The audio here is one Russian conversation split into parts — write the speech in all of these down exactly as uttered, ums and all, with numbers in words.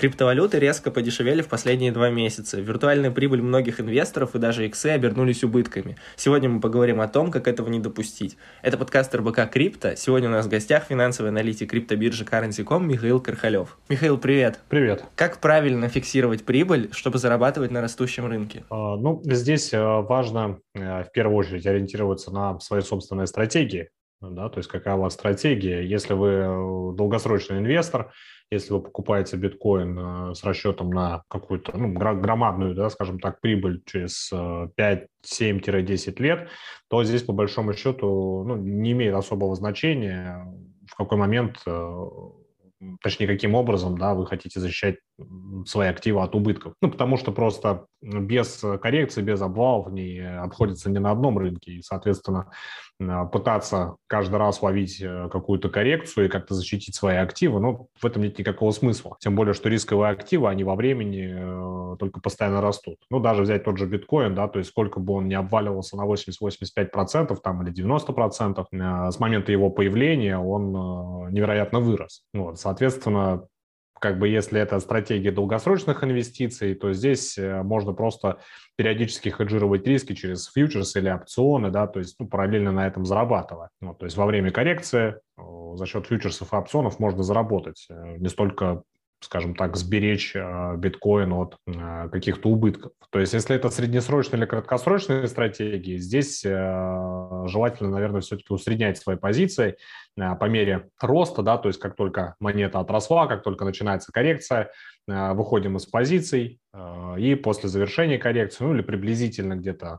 Криптовалюты резко подешевели в последние два месяца. Виртуальная прибыль многих инвесторов и даже иксы обернулись убытками. Сегодня мы поговорим о том, как этого не допустить. Это подкаст эр бэ ка Крипто. Сегодня у нас в гостях финансовый аналитик криптобиржи Currency точка ком Михаил Кархалев. Михаил, привет. Привет. Как правильно фиксировать прибыль, чтобы зарабатывать на растущем рынке? А, Ну, здесь а, важно а, в первую очередь ориентироваться на свои собственные стратегии. Да, то есть какая у вас стратегия. Если вы э, долгосрочный инвестор, если вы покупаете биткоин э, с расчетом на какую-то ну, гра- громадную, да, скажем так, прибыль через э, пять, семь десять лет, то здесь по большому счету ну, не имеет особого значения, в какой момент, э, точнее, каким образом да, вы хотите защищать м, свои активы от убытков. Ну, потому что просто без коррекции, без обвалов не обходится ни на одном рынке. И, соответственно, э, пытаться каждый раз ловить э, какую-то коррекцию и как-то защитить свои активы, ну, в этом нет никакого смысла. Тем более, что рисковые активы, они во времени э, только постоянно растут. Ну, даже взять тот же биткоин, да, то есть сколько бы он ни обваливался на восемьдесят-восемьдесят пять процентов там, или девяносто процентов, э, с момента его появления он э, невероятно вырос. Вот, соответственно, как бы если это стратегия долгосрочных инвестиций, то здесь э, можно просто периодически хеджировать риски через фьючерсы или опционы, да, то есть ну, параллельно на этом зарабатывая. Вот, то есть во время коррекции э, за счет фьючерсов и опционов можно заработать, э, не столько скажем так, сберечь э, биткоин от э, каких-то убытков. То есть если это среднесрочные или краткосрочные стратегии, здесь э, желательно, наверное, все-таки усреднять свои позиции э, по мере роста, да, то есть как только монета отросла, как только начинается коррекция, э, выходим из позиций, э, и после завершения коррекции, ну или приблизительно где-то,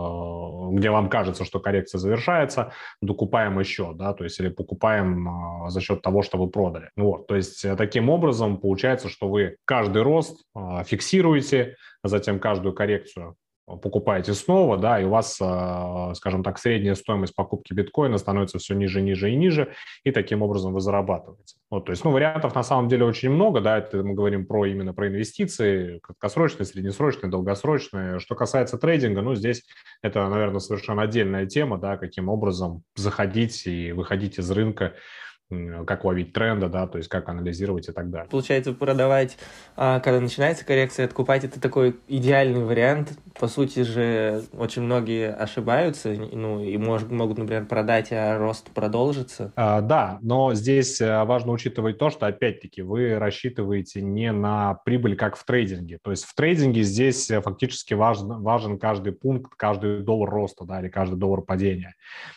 э, где вам кажется, что коррекция завершается, докупаем еще, да, то есть или покупаем э, за счет того, что вы продали. Вот, то есть э, таким образом получается, что вы каждый рост э, фиксируете, затем каждую коррекцию покупаете снова, да, и у вас, э, скажем так, средняя стоимость покупки биткоина становится все ниже, ниже и ниже, и таким образом вы зарабатываете. Вот, то есть, ну, вариантов на самом деле очень много, да, это мы говорим про именно про инвестиции, краткосрочные, среднесрочные, долгосрочные. Что касается трейдинга, ну, здесь это, наверное, совершенно отдельная тема, да, каким образом заходить и выходить из рынка, как ловить тренды, да, то есть как анализировать и так далее. Получается, продавать, а, когда начинается коррекция, откупать — это такой идеальный вариант. По сути же, очень многие ошибаются, ну, и мож, могут, например, продать, а рост продолжится. А, да, но здесь а, важно учитывать то, что, опять-таки, вы рассчитываете не на прибыль, как в трейдинге. То есть в трейдинге здесь а, фактически важен, важен каждый пункт, каждый доллар роста, да, или каждый доллар падения.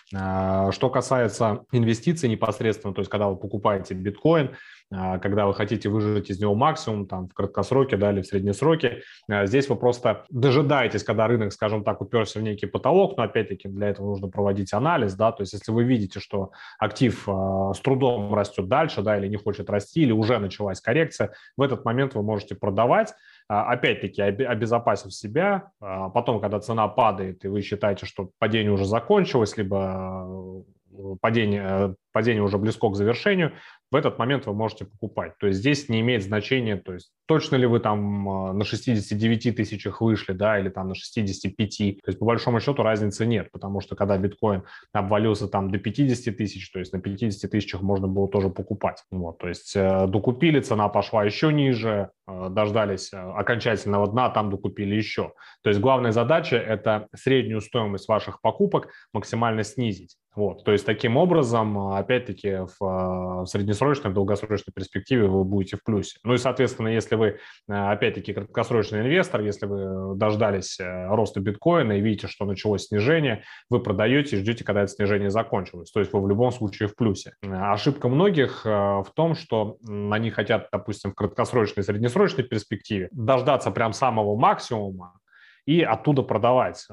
А, что касается инвестиций непосредственно, то есть когда вы покупаете биткоин, а, когда вы хотите выжать из него максимум там, в краткосроке да, или в среднесроке, а, здесь вы просто дожидаетесь, когда рынок, скажем так, уперся в некий потолок, но опять-таки для этого нужно проводить анализ, да, то есть если вы видите, что актив а, с трудом растет дальше, да, или не хочет расти, или уже началась коррекция, в этот момент вы можете продавать, опять-таки обезопасив себя. Потом, когда цена падает, и вы считаете, что падение уже закончилось, либо падение, падение уже близко к завершению, в этот момент вы можете покупать. То есть здесь не имеет значения, то есть точно ли вы там на шестидесяти девяти тысячах вышли, да, или там на шестидесяти пяти. То есть по большому счету разницы нет, потому что когда биткоин обвалился там до пятидесяти тысяч, то есть на пятидесяти тысячах можно было тоже покупать. Вот, то есть э, докупили, цена пошла еще ниже, э, дождались э, окончательного дна, там докупили еще. То есть главная задача – это среднюю стоимость ваших покупок максимально снизить. Вот, то есть таким образом, опять-таки, в, в среднесрочной, в долгосрочной перспективе вы будете в плюсе. Ну и, соответственно, если вы, опять-таки, краткосрочный инвестор, если вы дождались роста биткоина и видите, что началось снижение, вы продаете и ждете, когда это снижение закончилось. То есть вы в любом случае в плюсе. Ошибка многих в том, что они хотят, допустим, в краткосрочной и среднесрочной перспективе дождаться прям самого максимума и оттуда продавать.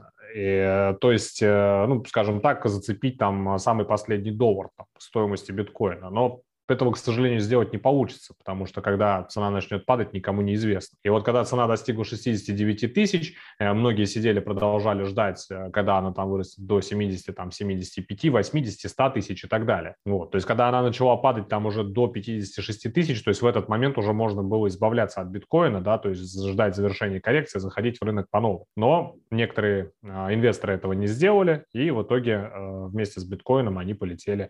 И, то есть, ну, скажем так, зацепить там самый последний доллар там, стоимости биткоина. Но этого, к сожалению, сделать не получится, потому что когда цена начнет падать, никому не известно. И вот когда цена достигла шестидесяти девяти тысяч, многие сидели, продолжали ждать, когда она там вырастет до семидесяти, там, семидесяти пяти, восьмидесяти, ста тысяч и так далее. Вот. То есть когда она начала падать там уже до пятидесяти шести тысяч, то есть в этот момент уже можно было избавляться от биткоина, да, то есть ждать завершения коррекции, заходить в рынок по-новому. Но некоторые э, инвесторы этого не сделали, и в итоге э, вместе с биткоином они полетели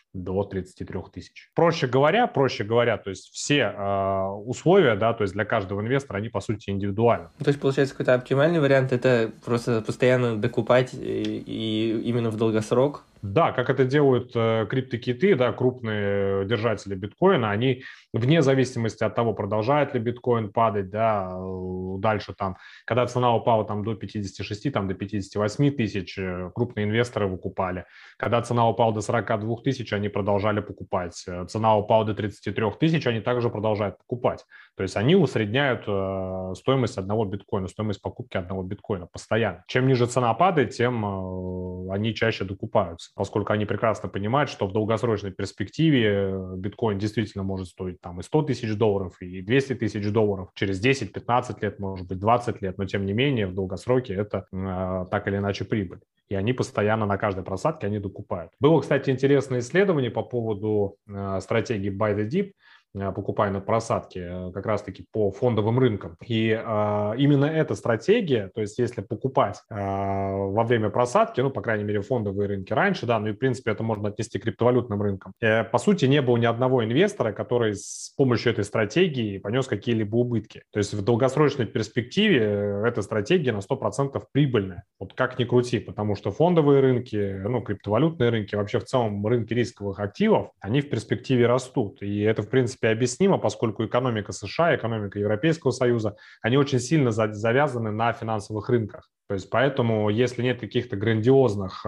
до тридцати трёх тысяч. Проще говоря, проще говоря, то есть все э, условия, да, то есть для каждого инвестора, они по сути индивидуальны. То есть, получается, какой-то оптимальный вариант – это просто постоянно докупать и, и именно в долгосрок? Да, как это делают э, криптокиты, да, крупные держатели биткоина, они вне зависимости от того, продолжает ли биткоин падать, да, э, дальше там, когда цена упала там до пятидесяти шести, там до пятидесяти восьми тысяч, э, крупные инвесторы выкупали. Когда цена упала до сорока двух тысяч, они продолжали покупать. Цена упала до тридцати трёх тысяч, они также продолжают покупать. То есть они усредняют э, стоимость одного биткоина, стоимость покупки одного биткоина постоянно. Чем ниже цена падает, тем э, они чаще докупаются, поскольку они прекрасно понимают, что в долгосрочной перспективе биткоин действительно может стоить там и сто тысяч долларов, и двести тысяч долларов через десять-пятнадцать лет, может быть, двадцать лет, но тем не менее в долгосроке это э, так или иначе прибыль. И они постоянно на каждой просадке они докупают. Было, кстати, интересное исследование по поводу э, стратегии Buy the Dip, покупая на просадке, как раз-таки по фондовым рынкам. И э, именно эта стратегия, то есть если покупать э, во время просадки, ну, по крайней мере, фондовые рынки раньше, да, ну и, в принципе, это можно отнести к криптовалютным рынкам, э, по сути, не было ни одного инвестора, который с помощью этой стратегии понес какие-либо убытки. То есть в долгосрочной перспективе эта стратегия на сто процентов прибыльная. Вот как ни крути, потому что фондовые рынки, ну, криптовалютные рынки, вообще в целом рынки рисковых активов, они в перспективе растут. И это, в принципе, объяснимо, поскольку экономика США, экономика Европейского Союза, они очень сильно завязаны на финансовых рынках. То есть поэтому, если нет каких-то грандиозных,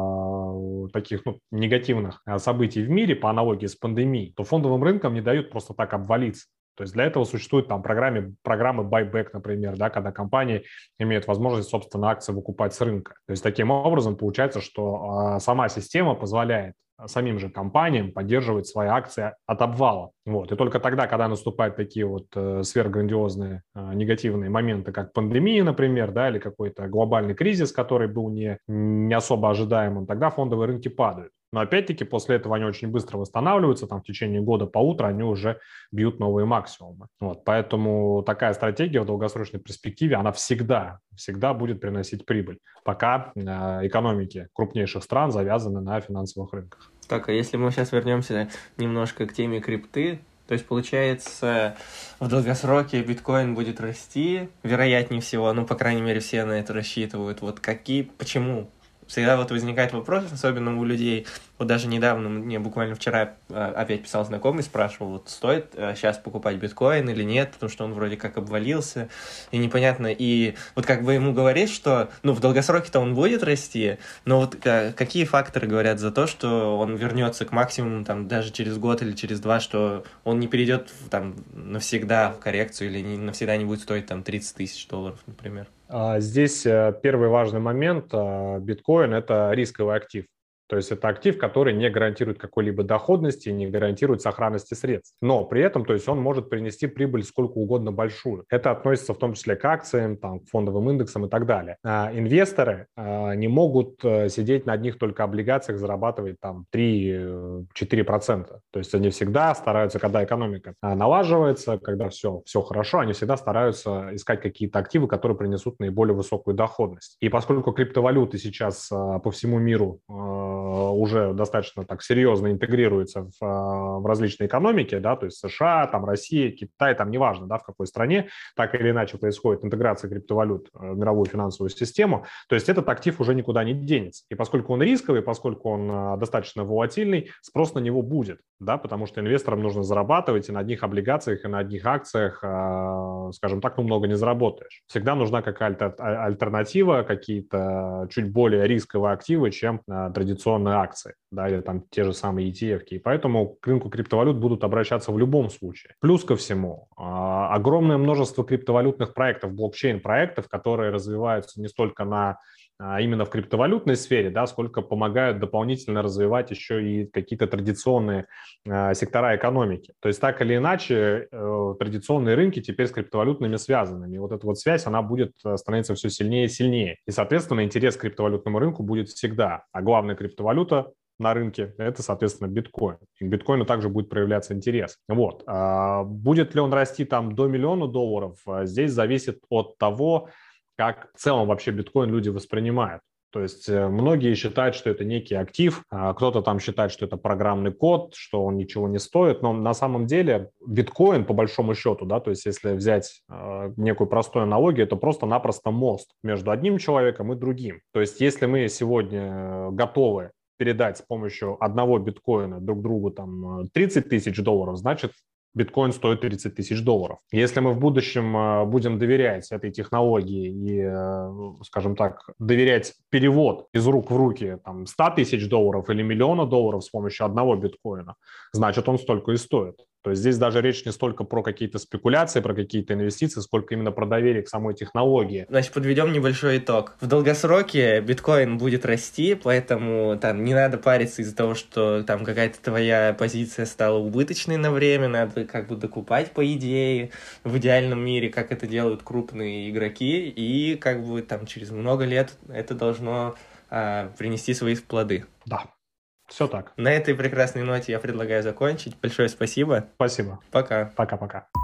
э, таких ну, негативных событий в мире по аналогии с пандемией, то фондовым рынкам не дают просто так обвалиться. То есть для этого существуют там программы, программы buy-back, например, да, когда компании имеют возможность, собственно, акции выкупать с рынка. То есть таким образом получается, что э, сама система позволяет самим же компаниям поддерживать свои акции от обвала. Вот. И только тогда, когда наступают такие вот э, сверхграндиозные э, негативные моменты, как пандемия, например, да, или какой-то глобальный кризис, который был не, не особо ожидаемым, тогда фондовые рынки падают. Но опять-таки после этого они очень быстро восстанавливаются, там в течение года-полутора они уже бьют новые максимумы. Вот. Поэтому такая стратегия в долгосрочной перспективе, она всегда, всегда будет приносить прибыль, пока э, экономики крупнейших стран завязаны на финансовых рынках. Так, а если мы сейчас вернемся немножко к теме крипты, то есть, получается, в долгосроке биткоин будет расти, вероятнее всего, ну, по крайней мере, все на это рассчитывают. Вот какие, почему? Всегда вот возникает вопрос, особенно у людей, вот даже недавно, мне буквально вчера опять писал знакомый, спрашивал, вот стоит сейчас покупать биткоин или нет, потому что он вроде как обвалился, и непонятно, и вот как бы ему говорить, что, ну, в долгосроке-то он будет расти, но вот какие факторы говорят за то, что он вернется к максимуму, там, даже через год или через два, что он не перейдет, там, навсегда в коррекцию или не, навсегда не будет стоить, там, тридцать тысяч долларов, например? Здесь первый важный момент. Биткоин – это рисковый актив. То есть это актив, который не гарантирует какой-либо доходности, не гарантирует сохранности средств. Но при этом, то есть он может принести прибыль сколько угодно большую. Это относится в том числе к акциям, там, к фондовым индексам и так далее. А инвесторы а, не могут сидеть на одних только облигациях, зарабатывать там три-четыре процента. То есть они всегда стараются, когда экономика налаживается, когда все, все хорошо, они всегда стараются искать какие-то активы, которые принесут наиболее высокую доходность. И поскольку криптовалюты сейчас а, по всему миру уже достаточно так серьезно интегрируется в, в различные экономики, да, то есть США, там Россия, Китай, там неважно, да, в какой стране, так или иначе происходит интеграция криптовалют в мировую финансовую систему, то есть этот актив уже никуда не денется. И поскольку он рисковый, поскольку он достаточно волатильный, спрос на него будет, да, потому что инвесторам нужно зарабатывать, и на одних облигациях, и на одних акциях, скажем так, ну, много не заработаешь. Всегда нужна какая-то альтернатива, какие-то чуть более рисковые активы, чем традиционные акции, да, или там те же самые и ти эф-ки. И поэтому к рынку криптовалют будут обращаться в любом случае. Плюс ко всему, огромное множество криптовалютных проектов, блокчейн-проектов, которые развиваются не столько на именно в криптовалютной сфере, да, сколько помогают дополнительно развивать еще и какие-то традиционные э, сектора экономики. То есть так или иначе э, традиционные рынки теперь с криптовалютными связаны. И вот эта вот связь, она будет становиться все сильнее и сильнее. И, соответственно, интерес к криптовалютному рынку будет всегда. А главная криптовалюта на рынке – это, соответственно, биткоин. И к биткоину также будет проявляться интерес. Вот. А будет ли он расти там до миллиона долларов, здесь зависит от того, как в целом вообще биткоин люди воспринимают. То есть многие считают, что это некий актив, а кто-то там считает, что это программный код, что он ничего не стоит, но на самом деле биткоин, по большому счету, да, то есть если взять э, некую простую аналогию, это просто-напросто мост между одним человеком и другим. То есть если мы сегодня готовы передать с помощью одного биткоина друг другу там тридцать тысяч долларов, значит, биткоин стоит тридцать тысяч долларов. Если мы в будущем будем доверять этой технологии и, скажем так, доверять перевод из рук в руки там, сто тысяч долларов или миллиона долларов с помощью одного биткоина, значит, он столько и стоит. То есть здесь даже речь не столько про какие-то спекуляции, про какие-то инвестиции, сколько именно про доверие к самой технологии. Значит, подведем небольшой итог. В долгосроке биткоин будет расти, поэтому там не надо париться из-за того, что там какая-то твоя позиция стала убыточной на время, надо как бы докупать по идее в идеальном мире, как это делают крупные игроки, и как бы там через много лет это должно а, принести свои плоды. Да. Все так. На этой прекрасной ноте я предлагаю закончить. Большое спасибо. Спасибо. Пока. Пока-пока.